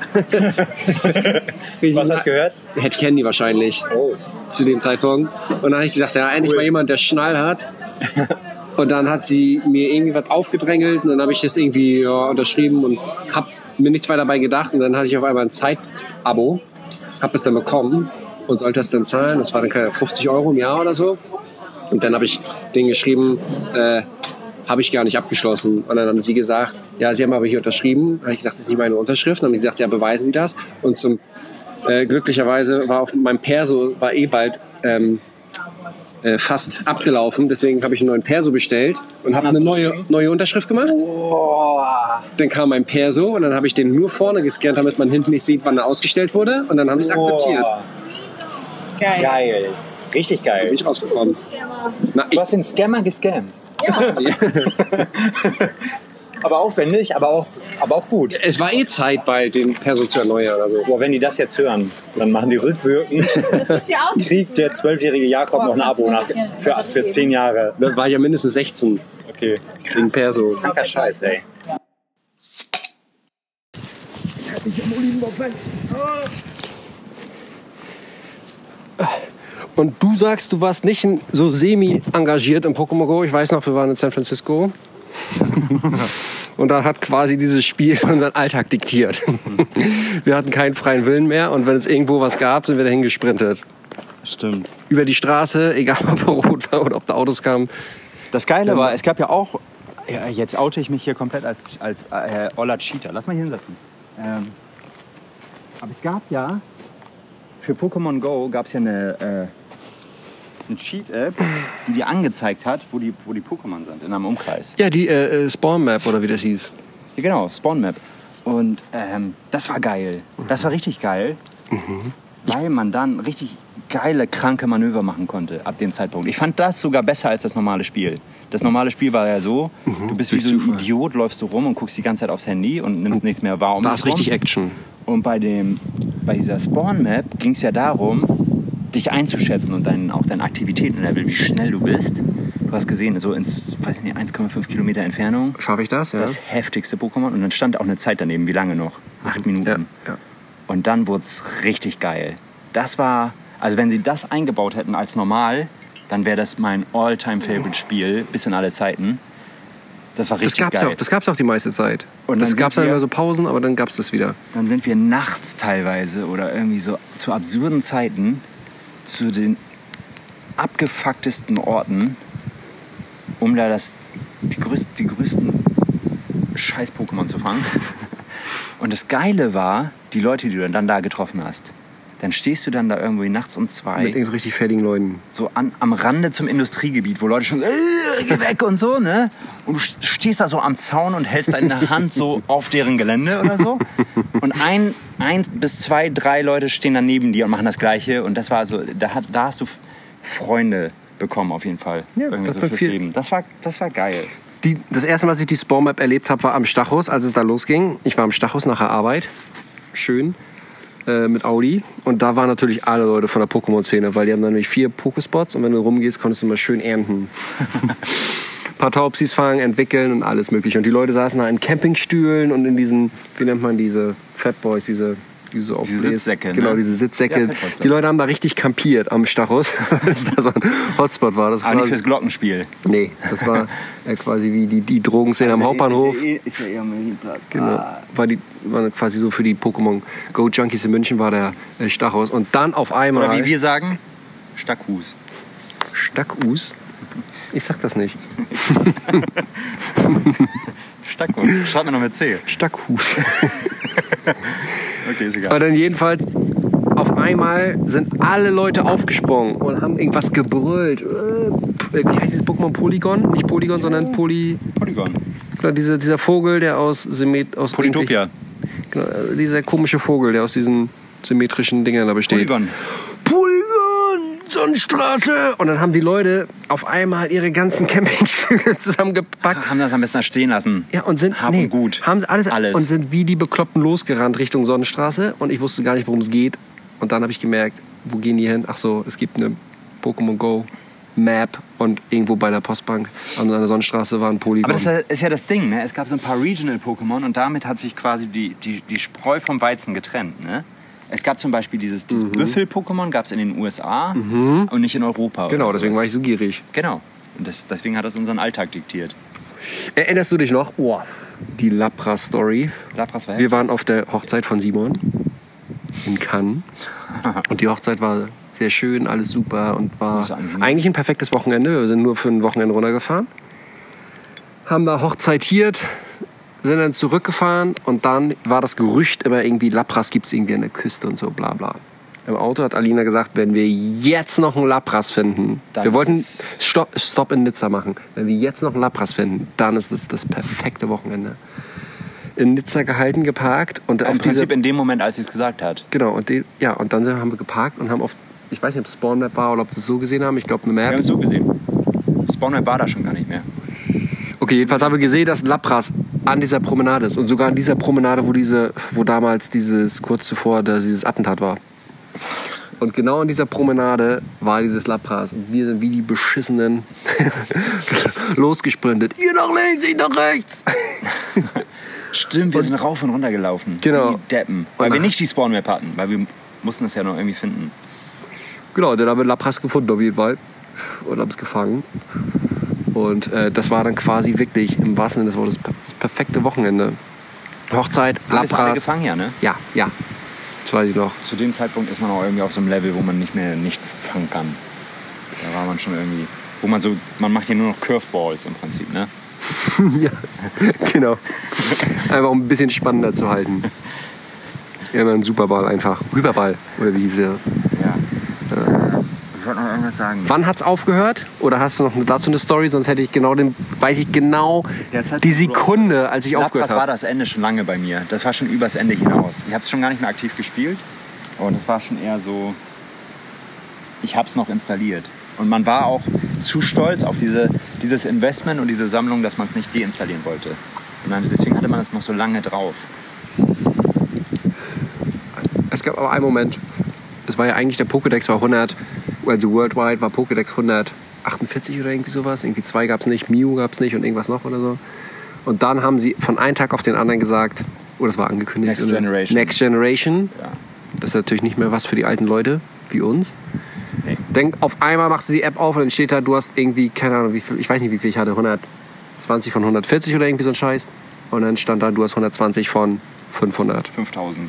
Speaker 2: Was hast du gehört?
Speaker 1: Hätte kennen die wahrscheinlich.
Speaker 2: Oh.
Speaker 1: Zu dem Zeitpunkt. Und dann habe ich gesagt, ja, endlich
Speaker 2: Cool.
Speaker 1: mal jemand, der Schnall hat. Und dann hat sie mir irgendwie was aufgedrängelt. Und dann habe ich das irgendwie ja, unterschrieben und habe mir nichts weiter dabei gedacht. Und dann hatte ich auf einmal ein Zeit-Abo. Habe es dann bekommen und sollte das dann zahlen. Das war dann keine fünfzig Euro im Jahr oder so. Und dann habe ich denen geschrieben, äh, habe ich gar nicht abgeschlossen. Und dann haben sie gesagt, ja, sie haben aber hier unterschrieben. Dann habe ich gesagt, das ist nicht meine Unterschrift. Dann haben sie gesagt, ja, beweisen Sie das. Und zum äh, glücklicherweise war auf meinem Perso war eh bald ähm, äh, fast abgelaufen. Deswegen habe ich einen neuen Perso bestellt und habe eine neue, neue Unterschrift gemacht.
Speaker 2: Oh.
Speaker 1: Dann kam mein Perso und dann habe ich den nur vorne gescannt, damit man hinten nicht sieht, wann er ausgestellt wurde. Und dann haben sie es akzeptiert.
Speaker 4: Geil.
Speaker 2: Geil. Richtig
Speaker 1: Da
Speaker 2: geil.
Speaker 1: bin ich rausgekommen. Na,
Speaker 2: Du
Speaker 1: ich,
Speaker 2: hast den Scammer gescammt.
Speaker 5: Ja,
Speaker 2: Aber aufwendig, aber auch, aber auch gut.
Speaker 1: es war eh Zeit, bald den Perso zu erneuern. Also.
Speaker 2: Boah, wenn die das jetzt hören, dann machen die rückwirkend.
Speaker 5: das müsst ihr aus.
Speaker 2: Kriegt der zwölfjährige Jakob noch ein Abo nach für, für zehn Jahre.
Speaker 1: Da war ich ja mindestens sechzehn.
Speaker 2: Okay.
Speaker 1: Wegen Perso.
Speaker 2: Kranker Scheiß, ey.
Speaker 1: Und du sagst, du warst nicht so semi-engagiert im Pokémon Go. Ich weiß noch, wir waren in San Francisco. Und da hat quasi dieses Spiel unseren Alltag diktiert. Wir hatten keinen freien Willen mehr. Und wenn es irgendwo was gab, sind wir dahin gesprintet.
Speaker 3: Stimmt.
Speaker 1: Über die Straße, egal ob rot war oder ob da Autos kamen.
Speaker 3: Das Geile war, es gab ja auch, ja, jetzt oute ich mich hier komplett als, als äh, Oller Cheater. Lass mal hier hinsetzen. Ähm, aber es gab ja, für Pokémon Go gab es ja eine, äh, eine Cheat-App, die dir angezeigt hat, wo die, wo die Pokémon sind, in einem Umkreis.
Speaker 1: Ja, die äh, Spawn Map oder wie das hieß.
Speaker 3: Ja, genau, Spawn Map. Und ähm, das war geil. Das war richtig geil, weil man dann richtig geile, kranke Manöver machen konnte ab dem Zeitpunkt. Ich fand das sogar besser als das normale Spiel. Das normale Spiel war ja so, du bist wie so ein Idiot, läufst du rum und guckst die ganze Zeit aufs Handy und nimmst nichts mehr wahr. Um
Speaker 1: Da
Speaker 3: dich
Speaker 1: ist richtig
Speaker 3: rum.
Speaker 1: Action.
Speaker 3: Und bei, dem, bei dieser Spawn-Map ging es ja darum, dich einzuschätzen und dein, auch dein Aktivitätenlevel, wie schnell du bist. Du hast gesehen, so ins weiß nicht, eins Komma fünf Kilometer Entfernung,
Speaker 1: Schaffe ich das? Ja.
Speaker 3: das heftigste Pokémon. Und dann stand auch eine Zeit daneben, wie lange noch? Acht Minuten.
Speaker 1: ja, ja.
Speaker 3: Und dann wurde es richtig geil. Das war, also wenn sie das eingebaut hätten als normal, dann wäre das mein All-Time-Favorite-Spiel bis in alle Zeiten. Das war
Speaker 1: Das
Speaker 3: richtig
Speaker 1: gab's
Speaker 3: geil.
Speaker 1: auch, das gab's auch die meiste Zeit.
Speaker 3: Und
Speaker 1: das
Speaker 3: dann
Speaker 1: gab's
Speaker 3: sind
Speaker 1: dann
Speaker 3: wir-
Speaker 1: immer so Pausen, aber dann gab's das wieder.
Speaker 3: Dann sind wir nachts teilweise oder irgendwie so zu absurden Zeiten zu den abgefucktesten Orten, um da das, die, größten, die größten Scheiß-Pokémon zu fangen. Und das Geile war, die Leute, die du dann da getroffen hast. Dann stehst du dann da irgendwie nachts um zwei,
Speaker 1: Mit irgendwie richtig fertigen Leuten.
Speaker 3: so an, am Rande zum Industriegebiet, wo Leute schon, äh, geh weg und so, ne? Und du stehst da so am Zaun und hältst deine Hand so auf deren Gelände oder so. Und ein, ein bis zwei, drei Leute stehen dann neben dir und machen das Gleiche. Und das war so, da, hat, da hast du Freunde bekommen auf jeden Fall.
Speaker 1: Ja,
Speaker 3: Irgendwie
Speaker 1: das
Speaker 3: so
Speaker 1: war
Speaker 3: fürs
Speaker 1: viel.
Speaker 3: Leben. Das war, das war geil.
Speaker 1: Die, das erste Mal, als ich die Spawn Map erlebt habe, war am Stachus, als es da losging. Ich war am Stachus nach der Arbeit. Schön. Äh, mit Audi. Und da waren natürlich alle Leute von der Pokémon-Szene, weil die haben dann nämlich vier Pokéspots und wenn du rumgehst, konntest du mal schön ernten. Ein paar Taubsis fangen, entwickeln und alles mögliche. Und die Leute saßen da in Campingstühlen und in diesen, wie nennt man diese Fatboys, diese, diese, so
Speaker 3: Diese Sitzsäcke,
Speaker 1: Genau,
Speaker 3: ne?
Speaker 1: diese Sitzsäcke.
Speaker 3: Ja, Fatboys,
Speaker 1: die Leute haben da richtig kampiert am Stachus, weil es da so ein Hotspot war. Das
Speaker 3: Aber
Speaker 1: war
Speaker 3: nicht fürs Glockenspiel.
Speaker 1: Nee, das war äh, quasi wie die, die Drogenszene am Hauptbahnhof.
Speaker 3: Ist ja eher Marienplatz.
Speaker 1: Genau. War, die, war quasi so für die Pokémon Go Junkies in München war der äh, Stachus. Und dann auf einmal.
Speaker 3: Oder wie wir sagen, Stackhus.
Speaker 1: Stackhus? Ich sag das nicht.
Speaker 3: Stackhus. Schreibt mir noch mit C.
Speaker 1: Stackhus.
Speaker 3: Okay, ist
Speaker 1: Aber
Speaker 3: egal.
Speaker 1: dann jedenfalls, auf einmal sind alle Leute aufgesprungen und haben irgendwas gebrüllt. Äh, Wie heißt dieses Pokémon? Polygon? Nicht Polygon, sondern Poly.
Speaker 3: Polygon.
Speaker 1: Genau, dieser, dieser Vogel, der aus Symmet aus
Speaker 3: Polytopia.
Speaker 1: Genau, dieser komische Vogel, der aus diesen symmetrischen Dingern da besteht.
Speaker 3: Polygon.
Speaker 1: Polygon! Sonnenstraße. Und dann haben die Leute auf einmal ihre ganzen Campingstühle zusammengepackt.
Speaker 2: Haben das am besten da stehen lassen.
Speaker 1: Ja, und sind,
Speaker 2: Hab
Speaker 1: nee,
Speaker 2: und gut.
Speaker 1: haben sie alles,
Speaker 2: Alles.
Speaker 1: und sind wie die Bekloppten losgerannt Richtung Sonnenstraße. Und ich wusste gar nicht, worum es geht. Und dann habe ich gemerkt, wo gehen die hin? Ach so, es gibt eine Pokémon Go Map und irgendwo bei der Postbank an einer Sonnenstraße war ein Polygon.
Speaker 2: Aber das ist ja, ist ja das Ding, ne? Es gab so ein paar Regional-Pokémon und damit hat sich quasi die, die, die Spreu vom Weizen getrennt, ne? Es gab zum Beispiel dieses, dieses
Speaker 1: Mhm.
Speaker 2: Büffel-Pokémon, gab es in den U S A und nicht in Europa.
Speaker 1: Genau,
Speaker 2: oder
Speaker 1: deswegen
Speaker 2: sowas.
Speaker 1: war ich so gierig.
Speaker 2: Genau. Und das, deswegen hat das unseren Alltag diktiert.
Speaker 1: Erinnerst du dich noch? Oh, die Lapras-Story.
Speaker 2: Lapras war
Speaker 1: Wir waren auf der Hochzeit von Simon in Cannes. Und die Hochzeit war sehr schön, alles super und war
Speaker 2: Grüße an Simon.
Speaker 1: eigentlich ein perfektes Wochenende. Wir sind nur für ein Wochenende runtergefahren. Haben da hochzeitiert, sind dann zurückgefahren und dann war das Gerücht immer irgendwie, Lapras gibt es irgendwie an der Küste und so, bla bla. Im Auto hat Alina gesagt, wenn wir jetzt noch einen Lapras finden,
Speaker 2: Dann
Speaker 1: wir
Speaker 2: ist
Speaker 1: wollten
Speaker 2: es-
Speaker 1: Stopp, Stopp in Nizza machen, wenn wir jetzt noch einen Lapras finden, dann ist das das perfekte Wochenende. In Nizza gehalten, geparkt und
Speaker 2: Im
Speaker 1: auf diese,
Speaker 2: Prinzip in dem Moment, als sie es gesagt hat.
Speaker 1: genau, und die, ja, und dann haben wir geparkt und haben auf, ich weiß nicht, ob es Spawn Map war oder ob wir es so gesehen haben, ich glaube eine
Speaker 2: Wir haben
Speaker 1: Map.
Speaker 2: es so gesehen. Spawnmap war da schon gar nicht mehr.
Speaker 1: Okay, jedenfalls haben wir gesehen, dass ein Lapras an dieser Promenade ist und sogar an dieser Promenade, wo diese, wo damals dieses, kurz zuvor, da dieses Attentat war. Und genau an dieser Promenade war dieses Lapras. Und wir sind wie die Beschissenen losgesprintet. Ihr nach links, ich nach rechts.
Speaker 2: Stimmt, wir sind rauf und runter gelaufen.
Speaker 1: Genau.
Speaker 2: Wie die Deppen. Weil
Speaker 1: Und
Speaker 2: wir
Speaker 1: nach-
Speaker 2: nicht die Spawnmap hatten, weil wir mussten das ja noch irgendwie finden.
Speaker 1: Genau, dann haben wir Lapras gefunden auf jeden Fall. Und haben es gefangen. Und äh, das war dann quasi wirklich im wahrsten Sinne des Wortes das perfekte Wochenende. Hochzeit,
Speaker 2: Haben wir es alle
Speaker 1: Lapras.
Speaker 2: gefangen, ja, ne?
Speaker 1: Ja, ja. Das weiß ich noch.
Speaker 2: Zu dem Zeitpunkt ist man auch irgendwie auf so einem Level, wo man nicht mehr nicht fangen kann. Da war man schon irgendwie, wo man so, man macht hier nur noch Curveballs im Prinzip, ne?
Speaker 1: Ja, genau. Einfach um ein bisschen spannender zu halten. Immer ein Superball einfach. Hyperball, oder wie hieß der?
Speaker 2: Ja. Ich wollte noch irgendwas sagen.
Speaker 1: Wann hat's aufgehört? Oder hast du noch dazu eine Story? Sonst hätte ich genau den, weiß ich genau
Speaker 2: Der Zeitpunkt,
Speaker 1: die
Speaker 2: wo-
Speaker 1: Sekunde, als ich aufgehört
Speaker 2: Lapras war
Speaker 1: habe.
Speaker 2: das Ende schon lange bei mir. Das war schon übers Ende hinaus. Ich habe es schon gar nicht mehr aktiv gespielt. Und es war schon eher so, ich habe es noch installiert. Und man war auch zu stolz auf diese, dieses Investment und diese Sammlung, dass man es nicht deinstallieren wollte. Und dann, deswegen hatte man es noch so lange drauf.
Speaker 1: Es gab aber einen Moment. Es war ja eigentlich, der Pokédex war hundert, also worldwide war Pokédex hundertachtundvierzig oder irgendwie sowas. Irgendwie zwei gab es nicht, Mew gab es nicht und irgendwas noch oder so. Und dann haben sie von einem Tag auf den anderen gesagt, oh, das war angekündigt.
Speaker 2: Next
Speaker 1: oder?
Speaker 2: Generation.
Speaker 1: Next Generation.
Speaker 2: Ja.
Speaker 1: Das ist natürlich nicht mehr was für die alten Leute, wie uns.
Speaker 2: Nee.
Speaker 1: Denk, auf einmal machst du die App auf und dann steht da, du hast irgendwie, keine Ahnung, wie viel, ich weiß nicht, wie viel ich hatte, hundertzwanzig von hundertvierzig oder irgendwie so ein Scheiß. Und dann stand da, du hast hundertzwanzig von fünfhundert.
Speaker 2: fünftausend.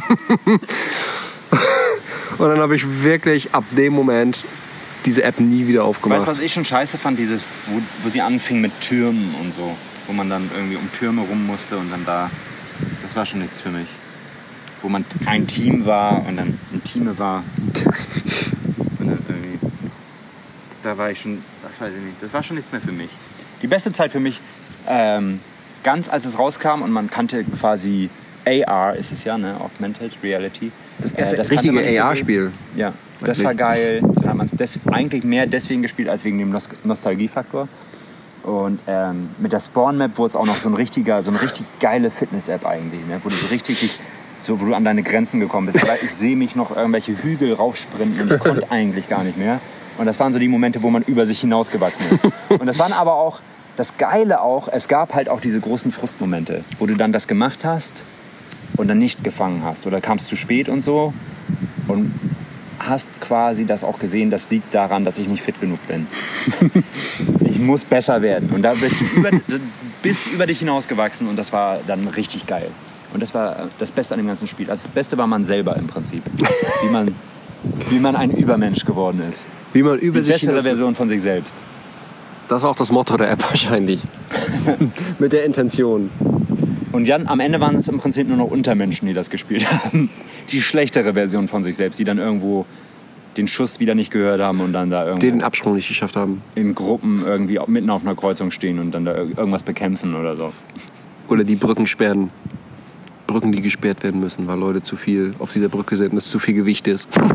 Speaker 1: Und dann habe ich wirklich ab dem Moment diese App nie wieder
Speaker 2: Weißt
Speaker 1: aufgemacht.
Speaker 2: du, was ich schon scheiße fand? Dieses, wo, wo sie anfing mit Türmen und so. Wo man dann irgendwie um Türme rum musste und dann da. Das war schon nichts für mich. Wo man ein Team war und dann ein Team war. Und dann irgendwie. Da war ich schon. Das weiß ich nicht. Das war schon nichts mehr für mich. Die beste Zeit für mich, ähm, ganz als es rauskam und man kannte quasi A R ist es ja, ne? Augmented Reality.
Speaker 1: Das,
Speaker 2: Äh,
Speaker 1: erste
Speaker 2: das kannte
Speaker 1: richtige
Speaker 2: man nicht so gut.
Speaker 1: A R-Spiel.
Speaker 2: Ja, das war geil. Dann hat man es eigentlich mehr deswegen gespielt, als wegen dem Nos Nostalgiefaktor. Und ähm, mit der Spawn-Map, wo es auch noch so ein richtiger, so eine richtig geile Fitness-App eigentlich, ne? Wo du so richtig, dich- so, wo du an deine Grenzen gekommen bist. Weil ich sehe mich noch irgendwelche Hügel raufsprinten und ich konnte eigentlich gar nicht mehr. Und das waren so die Momente, wo man über sich hinausgewachsen ist. Und das waren aber auch, das Geile auch, es gab halt auch diese großen Frustmomente, wo du dann das gemacht hast und dann nicht gefangen hast oder kamst zu spät und so und hast quasi das auch gesehen, das liegt daran, dass ich nicht fit genug bin. Ich muss besser werden und da bist du über, bist über dich hinausgewachsen und das war dann richtig geil. Und das war das Beste an dem ganzen Spiel. Also das Beste war man selber im Prinzip. Wie man, wie man ein Übermensch geworden ist.
Speaker 1: Wie man über
Speaker 2: Die
Speaker 1: sich
Speaker 2: bessere
Speaker 1: hinaus-
Speaker 2: Version von sich selbst.
Speaker 1: Das war auch das Motto der App wahrscheinlich. Mit der Intention.
Speaker 2: Und dann am Ende waren es im Prinzip nur noch Untermenschen, die das gespielt haben. Die schlechtere Version von sich selbst, die dann irgendwo den Schuss wieder nicht gehört haben und dann da
Speaker 1: Die
Speaker 2: irgendwo
Speaker 1: den Absprung nicht geschafft haben.
Speaker 2: in Gruppen irgendwie mitten auf einer Kreuzung stehen und dann da ir- irgendwas bekämpfen oder so.
Speaker 1: Oder die Brücken sperren. Brücken, die gesperrt werden müssen, weil Leute zu viel auf dieser Brücke sind und es zu viel Gewicht ist.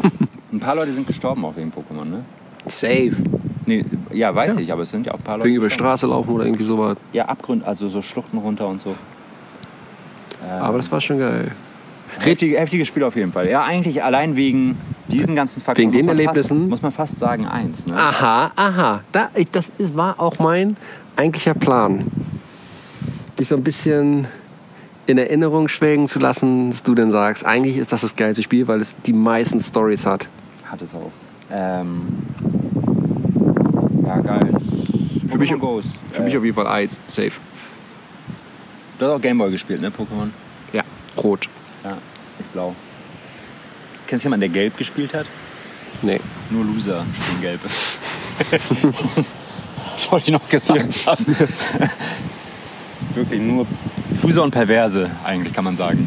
Speaker 2: Ein paar Leute sind gestorben auch wegen Pokémon, ne?
Speaker 1: Safe.
Speaker 2: Nee, ja, weiß
Speaker 1: Ja.
Speaker 2: ich, aber es sind ja auch ein paar Leute
Speaker 1: Wegen über
Speaker 2: gestorben.
Speaker 1: Straße laufen oder irgendwie sowas.
Speaker 2: Ja, Abgrund, also so Schluchten runter und so. Ähm,
Speaker 1: Aber das war schon geil.
Speaker 2: heftige, heftiges Spiel auf jeden Fall. Ja, eigentlich allein wegen diesen ganzen Faktoren.
Speaker 1: Wegen den
Speaker 2: muss man
Speaker 1: Erlebnissen?
Speaker 2: Fast, muss man fast sagen, eins. Ne?
Speaker 1: Aha, aha. Da, ich, das ist, war auch mein eigentlicher Plan. Dich so ein bisschen in Erinnerung schwelgen zu lassen, dass du dann sagst, eigentlich ist das das geilste Spiel, weil es die meisten Storys hat.
Speaker 2: Hat es auch. Ähm, ja, geil.
Speaker 1: Für mich-
Speaker 2: Pokémon Goes.
Speaker 1: Für
Speaker 2: äh,
Speaker 1: mich auf jeden Fall eins, safe.
Speaker 2: Du hast auch Gameboy gespielt, ne, Pokémon?
Speaker 1: Ja, rot.
Speaker 2: Ja, ich blau. Kennst du jemanden, der gelb gespielt hat?
Speaker 1: Nee.
Speaker 2: Nur Loser spielen gelb. Das wollte ich noch gesagt haben. Wirklich nur Loser und Perverse, eigentlich kann man sagen.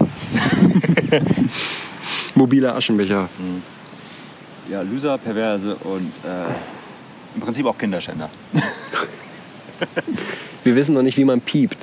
Speaker 1: Mobiler Aschenbecher.
Speaker 2: Ja, Loser, Perverse und äh, im Prinzip auch Kinderschänder.
Speaker 1: Wir wissen noch nicht, wie man piept.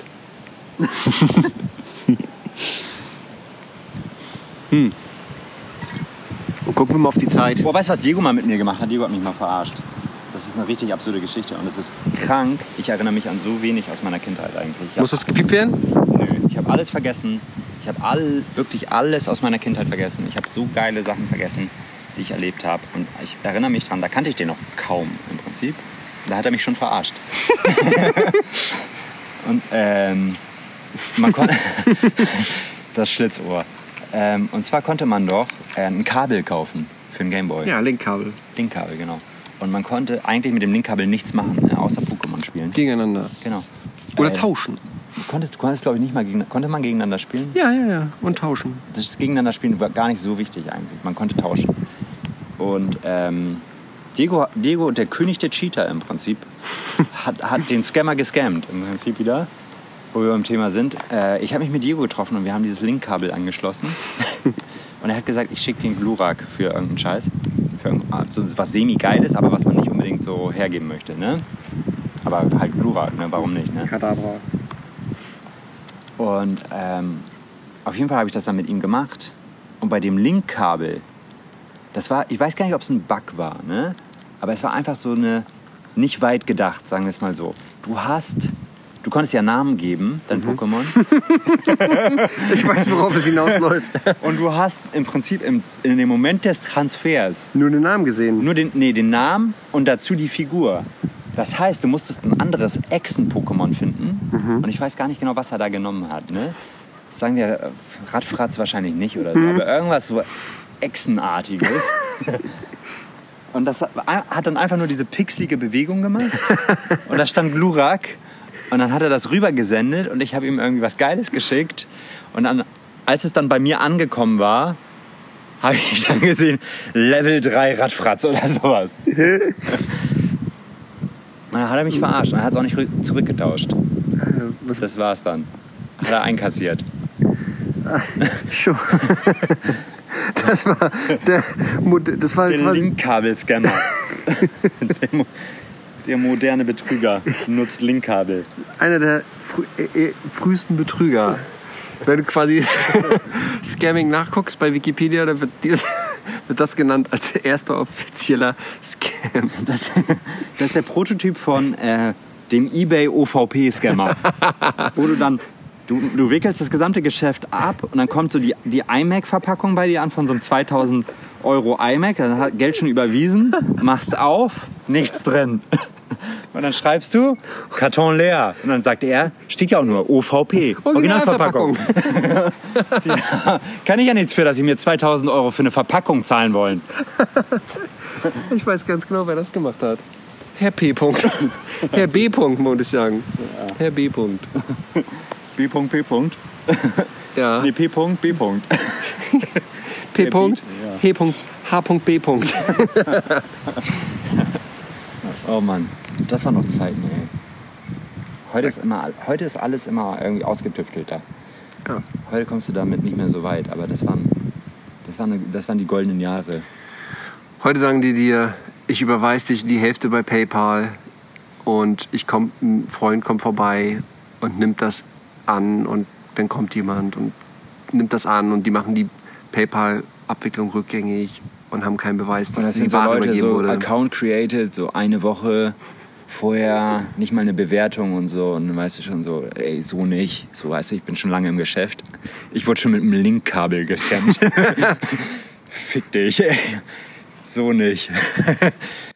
Speaker 1: hm. Und gucken wir mal auf die Zeit.
Speaker 2: Boah, weißt du, was Diego mal mit mir gemacht hat? Diego hat mich mal verarscht. Das ist eine richtig absurde Geschichte und es ist krank. Ich erinnere mich an so wenig aus meiner Kindheit eigentlich. Ich
Speaker 1: Muss das gepiept werden?
Speaker 2: hab, nö, ich habe alles vergessen. Ich habe all, wirklich alles aus meiner Kindheit vergessen. Ich habe so geile Sachen vergessen, die ich erlebt habe. Und ich erinnere mich dran, da kannte ich den noch kaum im Prinzip. Da hat er mich schon verarscht. Und ähm, man konnte... das Schlitzohr. Ähm, und zwar konnte man doch äh, ein Kabel kaufen für ein Gameboy.
Speaker 1: Ja, Linkkabel.
Speaker 2: Linkkabel, genau. Und man konnte eigentlich mit dem Linkkabel nichts machen, ne, außer Pokémon spielen.
Speaker 1: Gegeneinander.
Speaker 2: Genau.
Speaker 1: Oder
Speaker 2: Äh,
Speaker 1: tauschen.
Speaker 2: Du konntest, du konntest glaube ich, nicht mal gegen, konnte man gegeneinander spielen?
Speaker 1: Ja, ja, ja. Und tauschen.
Speaker 2: Das Gegeneinander spielen war gar nicht so wichtig eigentlich. Man konnte tauschen. Und ähm, Diego, Diego, der König der Cheater im Prinzip, hat, hat den Scammer gescammt im Prinzip wieder, wo wir beim Thema sind. Äh, ich habe mich mit Diego getroffen und wir haben dieses Linkkabel angeschlossen. Und er hat gesagt, ich schicke den Glurak für irgendeinen Scheiß. Für irgend- also was semi-geiles, aber was man nicht unbedingt so hergeben möchte. Ne? Aber halt Glurak, ne? Warum nicht? Ne?
Speaker 1: Kadabra.
Speaker 2: Und ähm, auf jeden Fall habe ich das dann mit ihm gemacht. Und bei dem Linkkabel, das war, ich weiß gar nicht, ob es ein Bug war, ne? Aber es war einfach so eine, nicht weit gedacht, sagen wir es mal so. Du hast, du konntest ja Namen geben, dein Pokémon.
Speaker 1: Ich weiß, worauf es hinausläuft.
Speaker 2: Und du hast im Prinzip im, in dem Moment des Transfers
Speaker 1: Nur den Namen gesehen.
Speaker 2: nur den, nee, den Namen und dazu die Figur. Das heißt, du musstest ein anderes Echsen-Pokémon finden. Und ich weiß gar nicht genau, was er da genommen hat. Ne? Das sagen wir äh, Radfratz wahrscheinlich nicht oder so, aber irgendwas so Echsenartiges. Und das hat, hat dann einfach nur diese pixelige Bewegung gemacht. Und da stand Glurak. Und dann hat er das rübergesendet und ich habe ihm irgendwie was Geiles geschickt. Und dann, als es dann bei mir angekommen war, habe ich dann gesehen, Level drei Radfratz oder sowas. Und dann hat er mich verarscht. Und er hat es auch nicht rü- zurückgetauscht.
Speaker 1: Was?
Speaker 2: Das war's dann. Hat er einkassiert.
Speaker 1: Schon. Das war der. Mo- Das war
Speaker 2: Der
Speaker 1: quasi.
Speaker 2: Linkkabel-Scammer. der, mo- der moderne Betrüger nutzt Linkkabel.
Speaker 1: Einer der frü äh, äh, frühesten Betrüger. Wenn du quasi Scamming nachguckst bei Wikipedia, dann wird, dies, wird das genannt als erster offizieller Scam.
Speaker 2: Das, das ist der Prototyp von äh, dem eBay O V P-Scammer. Wo du dann, du, du wickelst das gesamte Geschäft ab und dann kommt so die, die iMac-Verpackung bei dir an von so einem zweitausend Euro iMac. Dann hat Geld schon überwiesen, machst auf, nichts drin. Und dann schreibst du, Karton leer. Und dann sagt er, steht ja auch nur O V P, Originalverpackung. Ja, kann ich ja nichts für, dass sie mir zweitausend Euro für eine Verpackung zahlen wollen.
Speaker 1: Ich weiß ganz genau, wer das gemacht hat. Herr P. -Punkt. Herr B. -Punkt, muss ich sagen. Herr B. -Punkt.
Speaker 2: B. P.
Speaker 1: Ja.
Speaker 2: Nee, P. B.
Speaker 1: P.
Speaker 2: Der
Speaker 1: -Punkt.
Speaker 2: Beat,
Speaker 1: H. -Punkt. H. B. -Punkt.
Speaker 2: Oh Mann, das war noch Zeiten, ey. Heute ist, immer, heute ist alles immer irgendwie ausgetüftelter.
Speaker 1: Ja.
Speaker 2: Heute kommst du damit nicht mehr so weit, aber das waren, das waren, das waren die goldenen Jahre.
Speaker 1: Heute sagen die dir, ich überweise dich die Hälfte bei PayPal und ich komm, ein Freund kommt vorbei und nimmt das an und dann kommt jemand und nimmt das an und die machen die PayPal-Abwicklung rückgängig und haben keinen Beweis, dass
Speaker 6: Und das
Speaker 1: die
Speaker 6: sind so
Speaker 1: Ware
Speaker 6: Leute,
Speaker 1: übergeben
Speaker 6: so
Speaker 1: wurde.
Speaker 6: Account created, so eine Woche vorher, nicht mal eine Bewertung und so. Und dann weißt du schon so, ey, so nicht. So, weißt du, ich bin schon lange im Geschäft. Ich wurde schon mit einem Linkkabel gescammt. Fick dich, ey. So nicht.